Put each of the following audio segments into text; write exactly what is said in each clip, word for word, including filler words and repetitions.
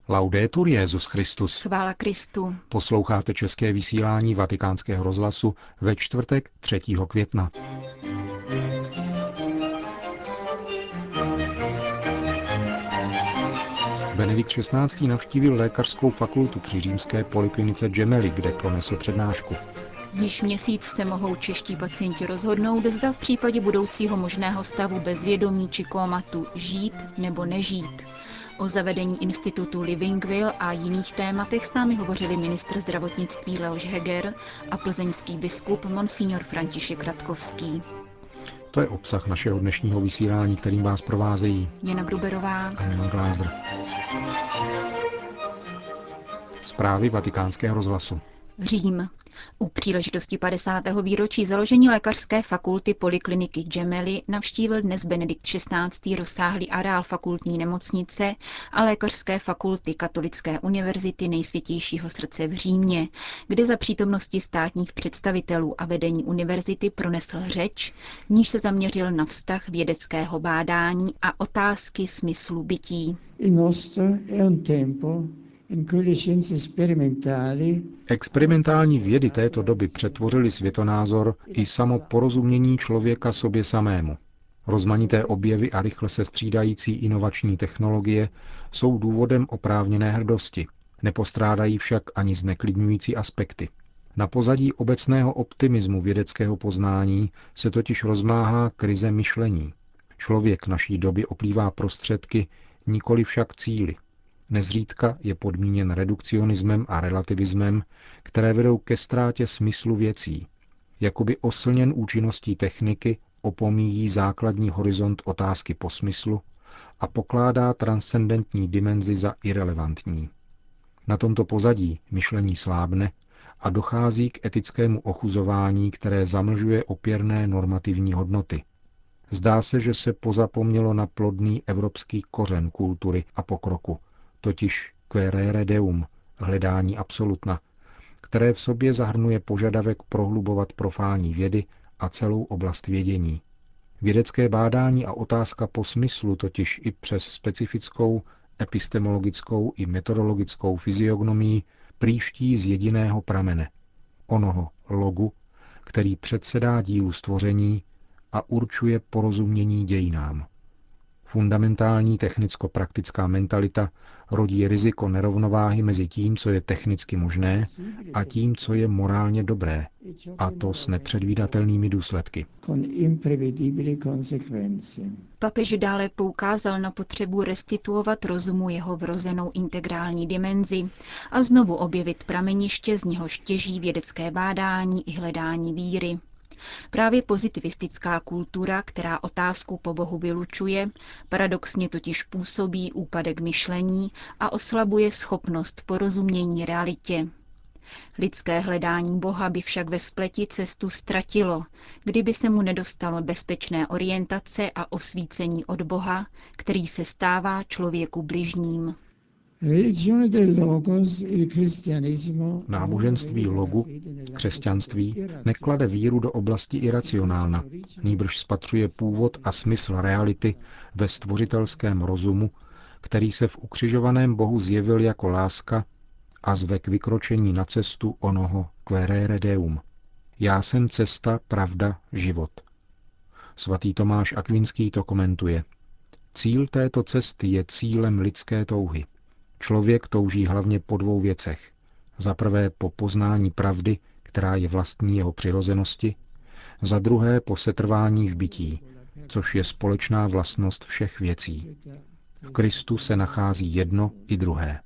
Laudetur Jesus Christus. Chvála Kristu. Posloucháte české vysílání Vatikánského rozhlasu ve čtvrtek třetího května. Benedikt šestnáctý navštívil lékařskou fakultu při římské poliklinice Gemelli, kde pronesl přednášku. Již měsíc se mohou čeští pacienti rozhodnout, zda v případě budoucího možného stavu bezvědomí či kómatu žít nebo nežít. O zavedení institutu Living Will a jiných tématech s námi hovořili ministr zdravotnictví Leoš Heger a plzeňský biskup Monsignor František Ratkovský. To je obsah našeho dnešního vysílání, kterým vás provázejí Jana Gruberová a Milan Glázer. Zprávy Vatikánského rozhlasu. Řím. U příležitosti padesátého výročí založení lékařské fakulty polikliniky Gemelli navštívil dnes Benedikt šestnáctý rozsáhlý areál fakultní nemocnice a lékařské fakulty Katolické univerzity Nejsvětějšího srdce v Římě, kde za přítomnosti státních představitelů a vedení univerzity pronesl řeč, v níž se zaměřil na vztah vědeckého bádání a otázky smyslu bytí. Experimentální vědy této doby přetvořily světonázor i samo porozumění člověka sobě samému. Rozmanité objevy a rychle se střídající inovační technologie jsou důvodem oprávněné hrdosti. Nepostrádají však ani zneklidňující aspekty. Na pozadí obecného optimismu vědeckého poznání se totiž rozmáhá krize myšlení. Člověk naší doby oplývá prostředky, nikoli však cíli. Nezřídka je podmíněn redukcionismem a relativismem, které vedou ke ztrátě smyslu věcí. Jakoby oslněn účinností techniky opomíjí základní horizont otázky po smyslu a pokládá transcendentní dimenzi za irelevantní. Na tomto pozadí myšlení slábne a dochází k etickému ochuzování, které zamlžuje opěrné normativní hodnoty. Zdá se, že se pozapomnělo na plodný evropský kořen kultury a pokroku, totiž quaerere deum, hledání absolutna, které v sobě zahrnuje požadavek prohlubovat profání vědy a celou oblast vědění. Vědecké bádání a otázka po smyslu totiž i přes specifickou epistemologickou i metodologickou fyziognomii prýští z jediného pramene, onoho logu, který předsedá dílu stvoření a určuje porozumění dějinám. Fundamentální technicko-praktická mentalita rodí riziko nerovnováhy mezi tím, co je technicky možné, a tím, co je morálně dobré, a to s nepředvídatelnými důsledky. Papež dále poukázal na potřebu restituovat rozumu jeho vrozenou integrální dimenzi a znovu objevit prameniště, z něhož těží vědecké bádání i hledání víry. Právě pozitivistická kultura, která otázku po Bohu vylučuje, paradoxně totiž působí úpadek myšlení a oslabuje schopnost porozumění realitě. Lidské hledání Boha by však ve spleti cestu ztratilo, kdyby se mu nedostalo bezpečné orientace a osvícení od Boha, který se stává člověku bližním. Náboženství logu, křesťanství, neklade víru do oblasti iracionálna, nýbrž spatřuje původ a smysl reality ve stvořitelském rozumu, který se v ukřižovaném Bohu zjevil jako láska a zve k vykročení na cestu onoho quaerere deum. Já jsem cesta, pravda, život. Svatý Tomáš Akvinský to komentuje. Cíl této cesty je cílem lidské touhy. Člověk touží hlavně po dvou věcech. Za prvé po poznání pravdy, která je vlastní jeho přirozenosti, za druhé po setrvání v bytí, což je společná vlastnost všech věcí. V Kristu se nachází jedno i druhé.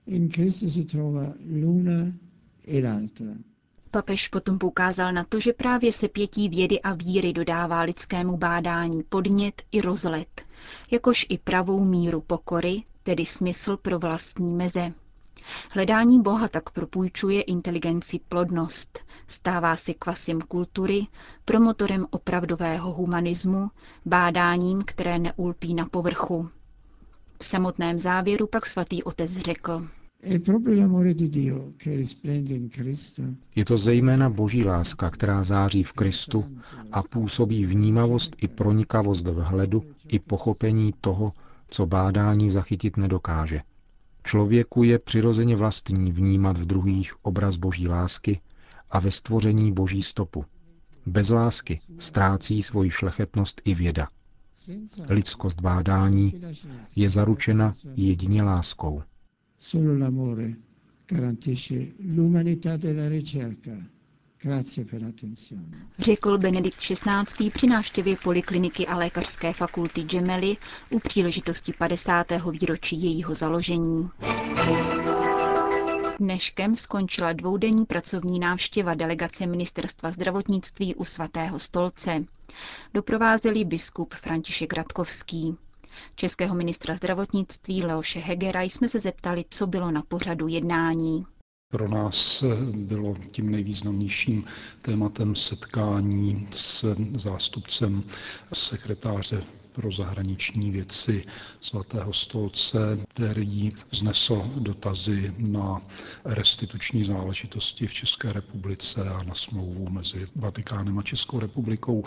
Papež potom poukázal na to, že právě sepětí vědy a víry dodává lidskému bádání podnět i rozlet, jakož i pravou míru pokory, tedy smysl pro vlastní meze. Hledání Boha tak propůjčuje inteligenci plodnost, stává se kvasem kultury, promotorem opravdového humanismu, bádáním, které neulpí na povrchu. V samotném závěru pak svatý otec řekl: Je to zejména boží láska, která září v Kristu a působí vnímavost i pronikavost vhledu i pochopení toho, co bádání zachytit nedokáže. Člověku je přirozeně vlastní vnímat v druhých obraz boží lásky a ve stvoření boží stopu. Bez lásky ztrácí svoji šlechetnost i věda. Lidskost bádání je zaručena jedině láskou. Řekl Benedikt šestnáctý při návštěvě polikliniky a lékařské fakulty Gemelli u příležitosti padesátého výročí jejího založení. Dneškem skončila dvoudenní pracovní návštěva delegace Ministerstva zdravotnictví u Svatého stolce. Doprovázeli biskup František Ratkovský. Českého ministra zdravotnictví Leoše Hegera jsme se zeptali, co bylo na pořadu jednání. Pro nás bylo tím nejvýznamnějším tématem setkání s zástupcem sekretáře pro zahraniční věci Svatého stolce, který vznesl dotazy na restituční záležitosti v České republice a na smlouvu mezi Vatikánem a Českou republikou.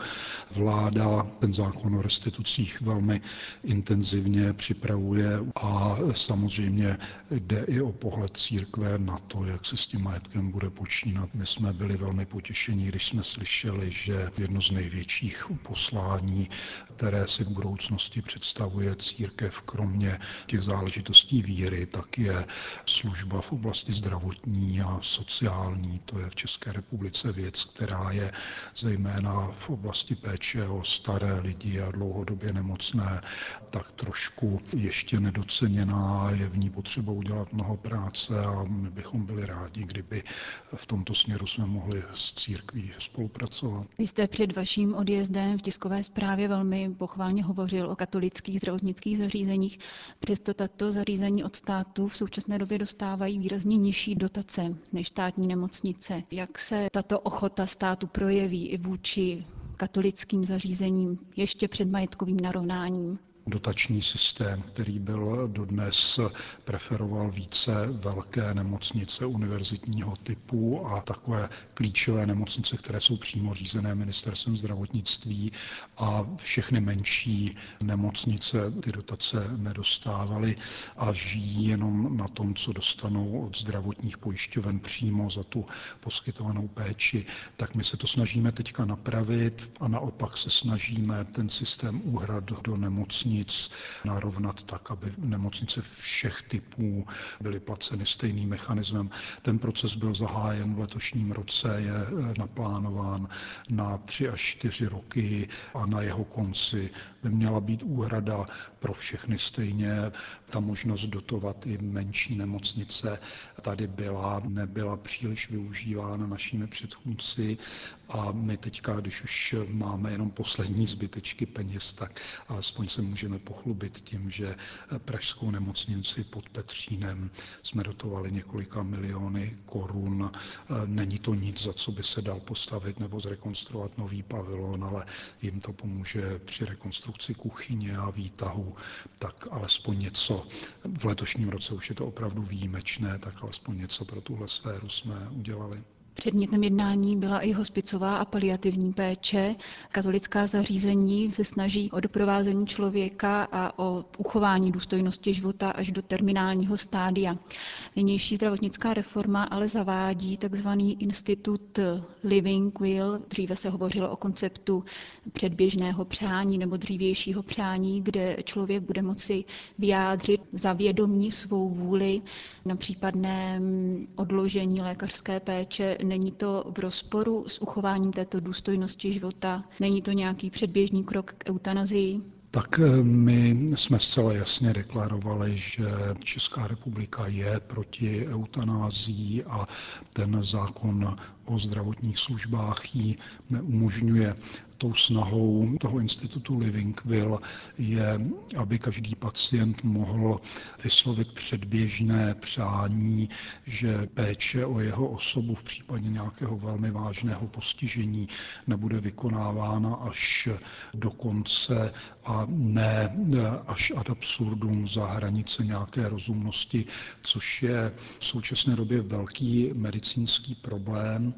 Vláda ten zákon o restitucích velmi intenzivně připravuje a samozřejmě jde i o pohled církve na to, jak se s tím majetkem bude počínat. My jsme byli velmi potěšeni, když jsme slyšeli, že jedno z největších poslání, které si v budoucnosti představuje církev, kromě těch záležitostí víry, tak je služba v oblasti zdravotní a sociální. To je v České republice věc, která je zejména v oblasti péče o staré lidi a dlouhodobě nemocné tak trošku ještě nedoceněná. Je v ní potřeba udělat mnoho práce a my bychom byli rádi, kdyby v tomto směru jsme mohli s církví spolupracovat. Vy jste před vaším odjezdem v tiskové zprávě velmi pochválně hovořil o katolických zdravotnických zařízeních. Přesto tato zařízení od státu v současné době dostávají výrazně nižší dotace než státní nemocnice. Jak se tato ochota státu projeví i vůči katolickým zařízením ještě před majetkovým narovnáním? Dotační systém, který byl dodnes, preferoval více velké nemocnice univerzitního typu a takové klíčové nemocnice, které jsou přímo řízené ministerstvem zdravotnictví, a všechny menší nemocnice ty dotace nedostávaly a žijí jenom na tom, co dostanou od zdravotních pojišťoven přímo za tu poskytovanou péči. Tak my se to snažíme teďka napravit a naopak se snažíme ten systém úhrad do nemocnic nic narovnat tak, aby nemocnice všech typů byly placeny stejným mechanismem. Ten proces byl zahájen v letošním roce, je naplánován na tři až čtyři roky a na jeho konci by měla být úhrada pro všechny stejně. Ta možnost dotovat i menší nemocnice tady byla, nebyla příliš využívána našimi předchůdci a my teďka, když už máme jenom poslední zbytečky peněz, tak alespoň se můžeme pochlubit tím, že pražskou nemocnici pod Petřínem jsme dotovali několika miliony korun. Není to nic, za co by se dal postavit nebo zrekonstruovat nový pavilon, ale jim to pomůže při rekonstrukci kuchyně a výtahu, tak alespoň něco. V letošním roce už je to opravdu výjimečné, tak alespoň něco pro tuhle sféru jsme udělali. Předmětem jednání byla i hospicová a paliativní péče. Katolická zařízení se snaží o doprovázení člověka a o uchování důstojnosti života až do terminálního stádia. Nynější zdravotnická reforma ale zavádí takzvaný institut Living Will. Dříve se hovořilo o konceptu předběžného přání nebo dřívějšího přání, kde člověk bude moci vyjádřit za vědomí svou vůli na případném odložení lékařské péče. Není to v rozporu s uchováním této důstojnosti života? Není to nějaký předběžný krok k eutanazii? Tak my jsme zcela jasně deklarovali, že Česká republika je proti eutanázii a ten zákon o zdravotních službách ji neumožňuje. Tou snahou toho institutu Living Will je, aby každý pacient mohl vyslovit předběžné přání, že péče o jeho osobu v případě nějakého velmi vážného postižení nebude vykonávána až do konce a ne až ad absurdum za hranice nějaké rozumnosti, což je v současné době velký medicínský problém.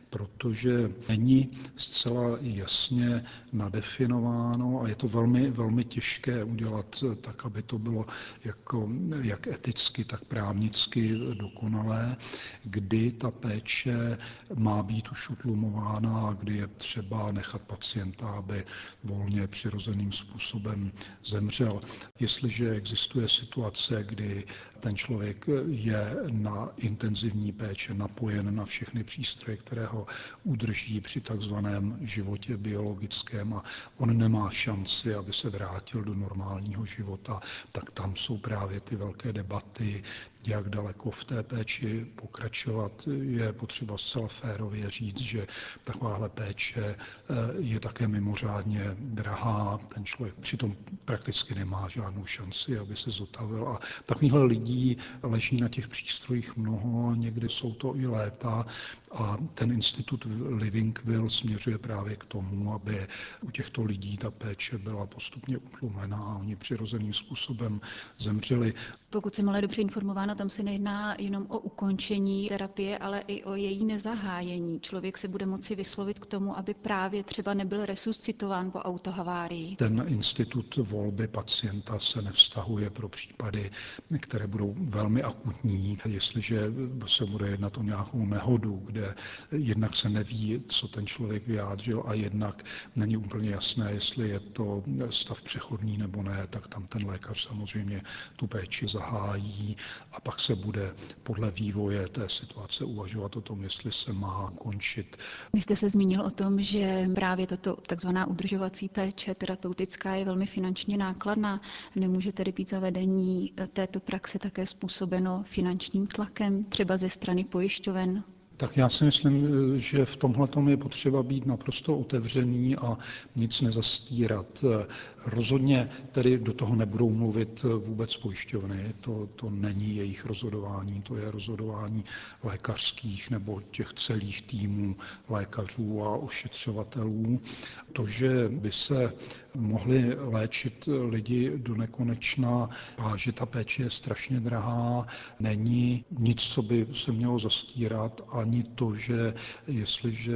protože není zcela jasně nadefinováno a je to velmi, velmi těžké udělat tak, aby to bylo jako, jak eticky, tak právnicky dokonalé, kdy ta péče má být už utlumována a kdy je třeba nechat pacienta, aby volně přirozeným způsobem zemřel. Jestliže existuje situace, kdy ten člověk je na intenzivní péče napojen na všechny přístroje, které ho udrží při takzvaném životě biologickém a on nemá šanci, aby se vrátil do normálního života, tak tam jsou právě ty velké debaty, jak daleko v té péči pokračovat. Je potřeba zcela férově říct, že takováhle péče je také mimořádně drahá. Ten člověk přitom prakticky nemá žádnou šanci, aby se zotavil. A takovýchhle lidí leží na těch přístrojích mnoho, někdy jsou to i léta. A ten institut Living Will směřuje právě k tomu, aby u těchto lidí ta péče byla postupně utlumená a oni přirozeným způsobem zemřeli. Pokud jsem ale dobře informována, tam se nejedná jenom o ukončení terapie, ale i o její nezahájení. Člověk se bude moci vyslovit k tomu, aby právě třeba nebyl resuscitován po autohavárii. Ten institut volby pacienta se nevztahuje pro případy, které budou velmi akutní. Jestliže se bude jednat o nějakou nehodu, kde jednak se neví, co ten člověk vyjádřil a jednak není úplně jasné, jestli je to stav přechodný nebo ne, tak tam ten lékař samozřejmě tu péči zahájí a pak se bude podle vývoje té situace uvažovat o tom, jestli se má končit. Vy jste se zmínil o tom, že právě tato takzvaná udržovací péče terapeutická je velmi finančně nákladná. Nemůže tedy být zavedení této praxe také způsobeno finančním tlakem, třeba ze strany pojišťoven? Tak já si myslím, že v tomhletom je potřeba být naprosto otevřený a nic nezastírat. Rozhodně tedy do toho nebudou mluvit vůbec pojišťovny, to, to není jejich rozhodování, to je rozhodování lékařských nebo těch celých týmů lékařů a ošetřovatelů. To, že by se mohli léčit lidi do nekonečna a že ta péče je strašně drahá, není nic, co by se mělo zastírat, ani to, že jestliže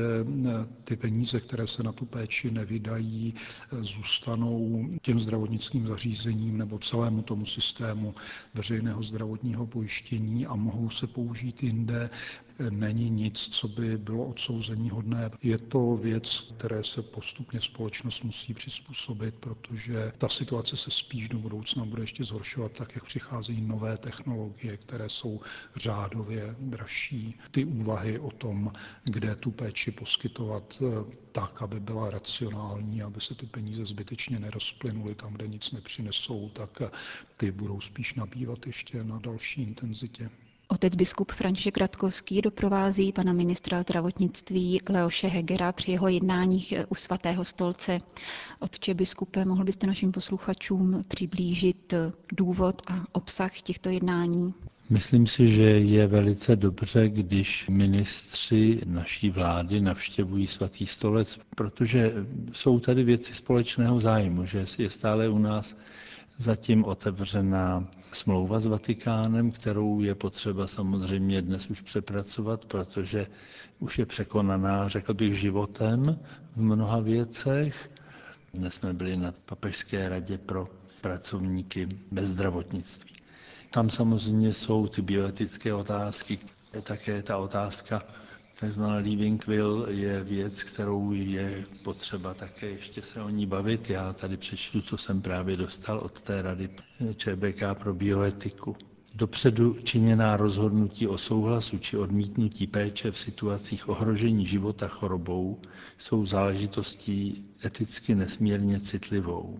ty peníze, které se na tu péči nevydají, zůstanou těm zdravotnickým zařízením nebo celému tomu systému veřejného zdravotního pojištění a mohou se použít jinde, není nic, co by bylo odsouzeníhodné. Je to věc, které se postupně společnost musí přizpůsobit, protože ta situace se spíš do budoucna bude ještě zhoršovat, tak jak přicházejí nové technologie, které jsou řádově dražší. Ty úvahy o tom, kde tu péči poskytovat tak, aby byla racionální, aby se ty peníze zbytečně nerozplynuly tam, kde nic nepřinesou, tak ty budou spíš nabývat ještě na další intenzitě. Otec biskup František Ratkovský doprovází pana ministra zdravotnictví Leoše Hegera při jeho jednáních u Svatého stolce. Otče biskupe, mohl byste našim posluchačům přiblížit důvod a obsah těchto jednání? Myslím si, že je velice dobře, když ministři naší vlády navštěvují Svatý stolec, protože jsou tady věci společného zájmu, že je stále u nás zatím otevřená smlouva s Vatikánem, kterou je potřeba samozřejmě dnes už přepracovat, protože už je překonaná, řekl bych, životem v mnoha věcech. Dnes jsme byli na Papežské radě pro pracovníky bez zdravotnictví. Tam samozřejmě jsou ty bioetické otázky, také ta otázka takzvaná Living Will je věc, kterou je potřeba také ještě se o ní bavit. Já tady přečtu, co jsem právě dostal od té rady ČBK pro bioetiku. Dopředu činěná rozhodnutí o souhlasu či odmítnutí péče v situacích ohrožení života chorobou jsou záležitostí eticky nesmírně citlivou.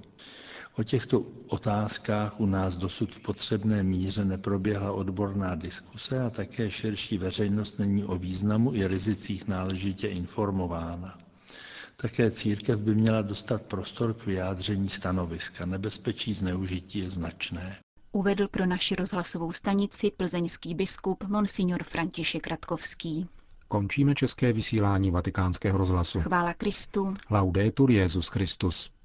O těchto otázkách u nás dosud v potřebné míře neproběhla odborná diskuse a také širší veřejnost není o významu i rizicích náležitě informována. Také církev by měla dostat prostor k vyjádření stanoviska. Nebezpečí zneužití je značné. Uvedl pro naši rozhlasovou stanici plzeňský biskup Monsignor František Ratkovský. Končíme české vysílání Vatikánského rozhlasu. Chvála Kristu. Laudetur Jesus Christus.